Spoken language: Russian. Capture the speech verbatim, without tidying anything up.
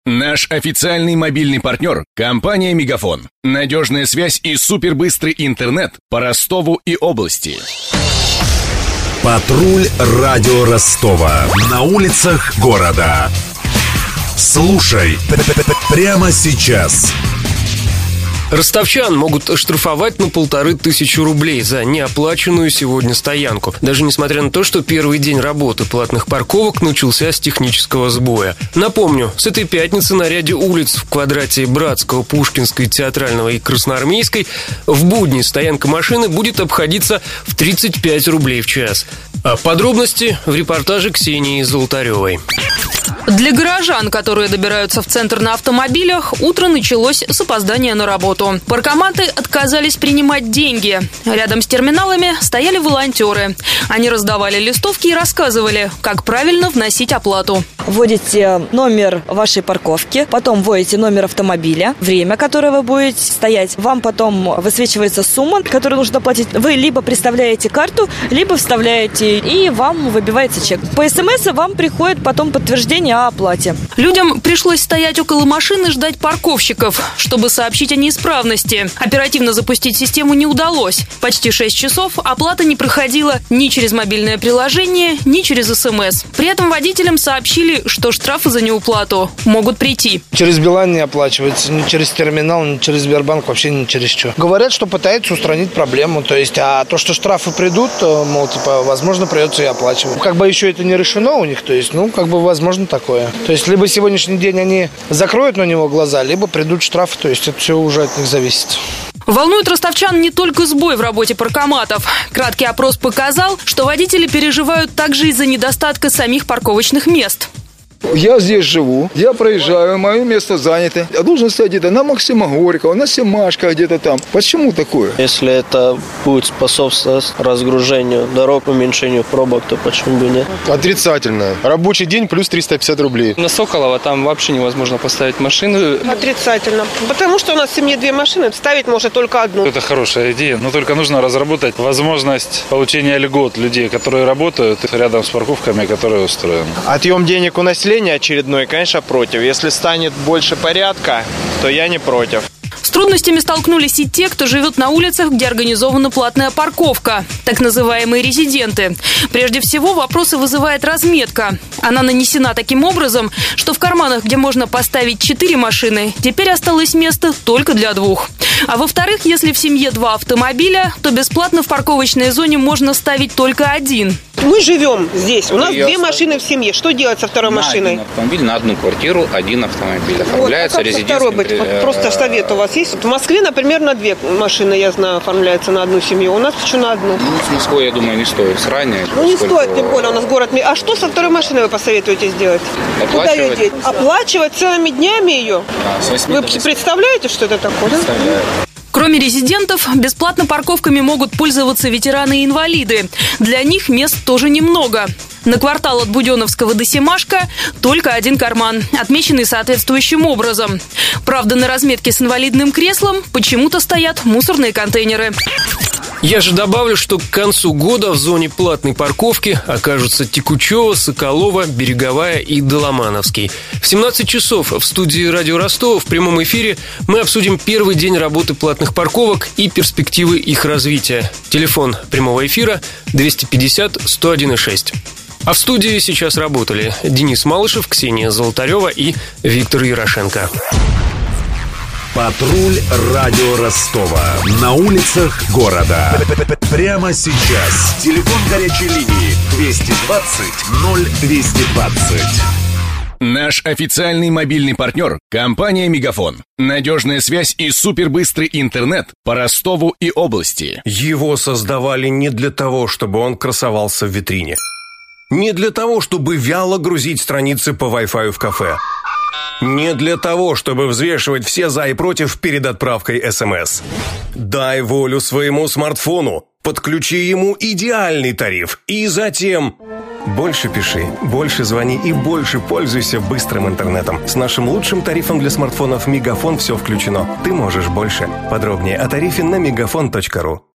Наш официальный мобильный партнер – компания «Мегафон». Надежная связь и супербыстрый интернет по Ростову и области. Патруль радио Ростова. На улицах города. Слушай прямо сейчас. Ростовчан могут оштрафовать на полторы тысячи рублей за неоплаченную сегодня стоянку. Даже несмотря на то, что первый день работы платных парковок начался с технического сбоя. Напомню, с этой пятницы на ряде улиц в квадрате Братского, Пушкинской, Театрального и Красноармейской в будни стоянка машины будет обходиться в тридцать пять рублей в час. А подробности в репортаже Ксении Золотаревой. Для горожан, которые добираются в центр на автомобилях, утро началось с опоздания на работу. Паркоматы отказались принимать деньги. Рядом с терминалами стояли волонтеры. Они раздавали листовки и рассказывали, как правильно вносить оплату. Вводите номер вашей парковки, потом вводите номер автомобиля, время, которое вы будете стоять. Вам потом высвечивается сумма, которую нужно платить. Вы либо представляете карту, либо вставляете, и вам выбивается чек. По СМС вам приходит потом подтверждение о оплате. Людям пришлось стоять около машины и ждать парковщиков, чтобы сообщить о неисправности. Оперативно запустить систему не удалось. Почти шесть часов оплата не проходила ни через мобильное приложение, ни через СМС. При этом водителям сообщили, что штрафы за неуплату могут прийти. Через Билайн не оплачивается, ни через терминал, ни через Сбербанк, вообще ни через что. Говорят, что пытаются устранить проблему. То есть, а то, что штрафы придут, то, мол, типа, возможно, придется и оплачивать. Как бы еще это не решено у них, то есть, ну, как бы, возможно, такое. То есть, либо сегодняшний день они закроют на него глаза, либо придут штрафы, то есть, это все уже от них зависит. Волнует ростовчан не только сбой в работе паркоматов. Краткий опрос показал, что водители переживают также из-за недостатка самих парковочных мест. Я здесь живу, я проезжаю, мое место занято. Я должен стоять где-то на Максима Горького, на Семашко где-то там. Почему такое? Если это будет способствовать разгружению дорог, уменьшению пробок, то почему бы нет? Отрицательно. Рабочий день плюс триста пятьдесят рублей. На Соколова там вообще невозможно поставить машину. Отрицательно. Потому что у нас в семье две машины, ставить можно только одну. Это хорошая идея, но только нужно разработать возможность получения льгот людей, которые работают рядом с парковками, которые устроены. Отъем денег у населения очередной, конечно, против. Если станет больше порядка, то я не против. С трудностями столкнулись и те, кто живет на улицах, где организована платная парковка, так называемые резиденты. Прежде всего, вопросы вызывает разметка. Она нанесена таким образом, что в карманах, где можно поставить четыре машины, теперь осталось место только для двух. А во-вторых, если в семье два автомобиля, то бесплатно в парковочной зоне можно ставить только один. Мы живем здесь, у нас две машины в семье. Что делать со второй на машиной? Один автомобиль на одну квартиру, один автомобиль. Оформляется вот, а резидентским... быть? Вот просто совет у вас есть? В Москве, например, на две машины, я знаю, оформляется на одну семью. У нас почему на одну? Ну, с Москвой, я думаю, не стоит сравнивать. Ну, не стоит, тем более, у нас город... А что со второй машиной вы посоветуете сделать? Куда ее деть? Оплачивать целыми днями ее? А, вы представляете, что это такое? Представляю. Кроме резидентов, бесплатно парковками могут пользоваться ветераны и инвалиды. Для них мест тоже немного. На квартал от Буденновского до Семашко только один карман, отмеченный соответствующим образом. Правда, на разметке с инвалидным креслом почему-то стоят мусорные контейнеры. Я же добавлю, что к концу года в зоне платной парковки окажутся Текучево, Соколова, Береговая и Доломановский. В семнадцать часов в студии «Радио Ростова» в прямом эфире мы обсудим первый день работы платных парковок и перспективы их развития. Телефон прямого эфира двести пятьдесят сто один и шесть. А в студии сейчас работали Денис Малышев, Ксения Золотарева и Виктор Ярошенко. Патруль радио Ростова. На улицах города. Прямо сейчас. Телефон горячей линии двести двадцать ноль двести двадцать. Наш официальный мобильный партнер – компания «Мегафон». Надежная связь и супербыстрый интернет по Ростову и области. Его создавали не для того, чтобы он красовался в витрине. Не для того, чтобы вяло грузить страницы по Wi-Fi в кафе. Не для того, чтобы взвешивать все за и против перед отправкой СМС. Дай волю своему смартфону, подключи ему идеальный тариф и затем... Больше пиши, больше звони и больше пользуйся быстрым интернетом. С нашим лучшим тарифом для смартфонов «Мегафон» все включено. Ты можешь больше. Подробнее о тарифе на мегафон точка ру.